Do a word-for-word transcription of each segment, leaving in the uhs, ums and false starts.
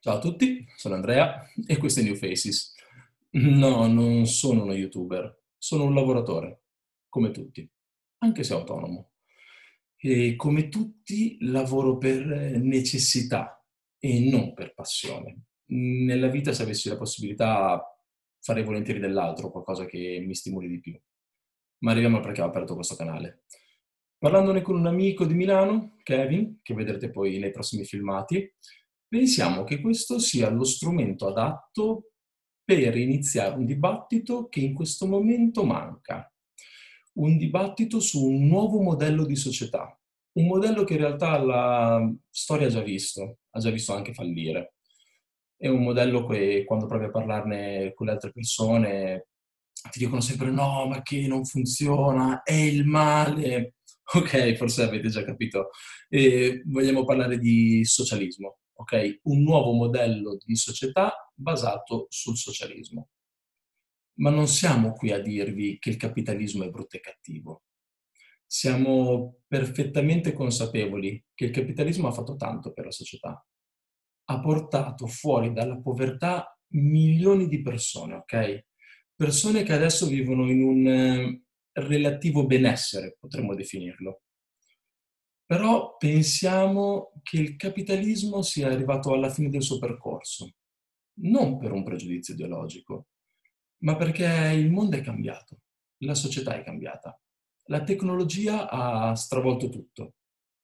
Ciao a tutti, sono Andrea e questo è New Faces. No, non sono uno YouTuber, sono un lavoratore, come tutti, anche se autonomo. E come tutti lavoro per necessità e non per passione. Nella vita, se avessi la possibilità, farei volentieri dell'altro, qualcosa che mi stimoli di più. Ma arriviamo al perché ho aperto questo canale. Parlandone con un amico di Milano, Kevin, che vedrete poi nei prossimi filmati, pensiamo che questo sia lo strumento adatto per iniziare un dibattito che in questo momento manca. Un dibattito su un nuovo modello di società. Un modello che in realtà la storia ha già visto, ha già visto anche fallire. È un modello che quando provi a parlarne con le altre persone ti dicono sempre no, ma che non funziona, è il male. Ok, forse avete già capito. E vogliamo parlare di socialismo, ok? Un nuovo modello di società basato sul socialismo. Ma non siamo qui a dirvi che il capitalismo è brutto e cattivo. Siamo perfettamente consapevoli che il capitalismo ha fatto tanto per la società. Ha portato fuori dalla povertà milioni di persone, ok? Persone che adesso vivono in un eh, relativo benessere, potremmo definirlo. Però pensiamo che il capitalismo sia arrivato alla fine del suo percorso, non per un pregiudizio ideologico, ma perché il mondo è cambiato, la società è cambiata, la tecnologia ha stravolto tutto,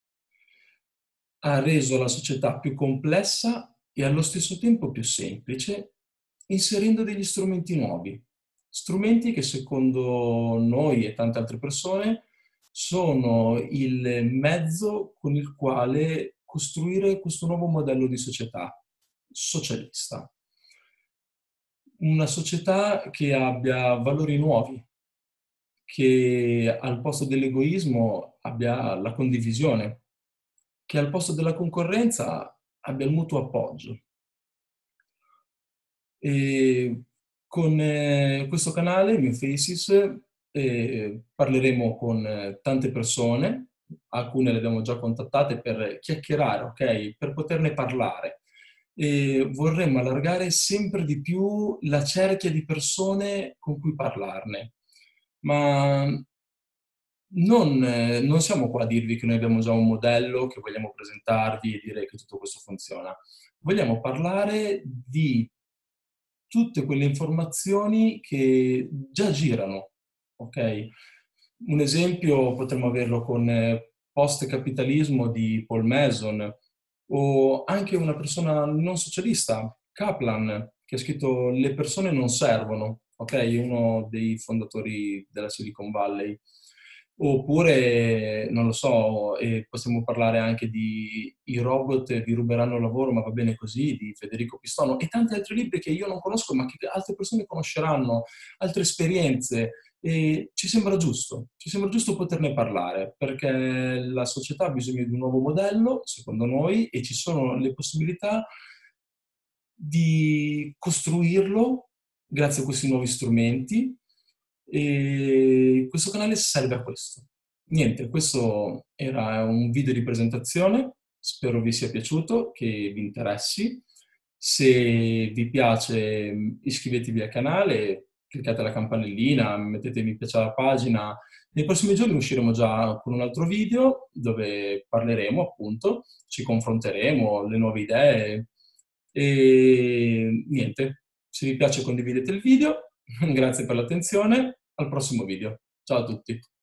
ha reso la società più complessa e allo stesso tempo più semplice, inserendo degli strumenti nuovi, strumenti che secondo noi e tante altre persone sono il mezzo con il quale costruire questo nuovo modello di società socialista. Una società che abbia valori nuovi, che al posto dell'egoismo abbia la condivisione, che al posto della concorrenza abbia il mutuo appoggio. E con eh, questo canale, New Faces, eh, parleremo con eh, tante persone, alcune le abbiamo già contattate per chiacchierare, ok? Per poterne parlare. E vorremmo allargare sempre di più la cerchia di persone con cui parlarne. Ma non, eh, non siamo qua a dirvi che noi abbiamo già un modello che vogliamo presentarvi e dire che tutto questo funziona. Vogliamo parlare di tutte quelle informazioni che già girano, ok? Un esempio potremmo averlo con eh, Post-capitalismo di Paul Mason o anche una persona non socialista, Kaplan, che ha scritto Le persone non servono, ok? Uno dei fondatori della Silicon Valley. Oppure, non lo so, eh, possiamo parlare anche di I robot vi ruberanno il lavoro, ma va bene così, di Federico Pistono e tanti altri libri che io non conosco, ma che altre persone conosceranno, altre esperienze. E ci sembra giusto, ci sembra giusto poterne parlare, perché la società ha bisogno di un nuovo modello, secondo noi, e ci sono le possibilità di costruirlo grazie a questi nuovi strumenti e questo canale serve a questo. Niente, questo era un video di presentazione, spero vi sia piaciuto, che vi interessi. Se vi piace iscrivetevi al canale, cliccate la campanellina, mettete mi piace alla pagina. Nei prossimi giorni usciremo già con un altro video dove parleremo appunto, ci confronteremo, le nuove idee e niente. Se vi piace condividete il video, grazie per l'attenzione, al prossimo video. Ciao a tutti.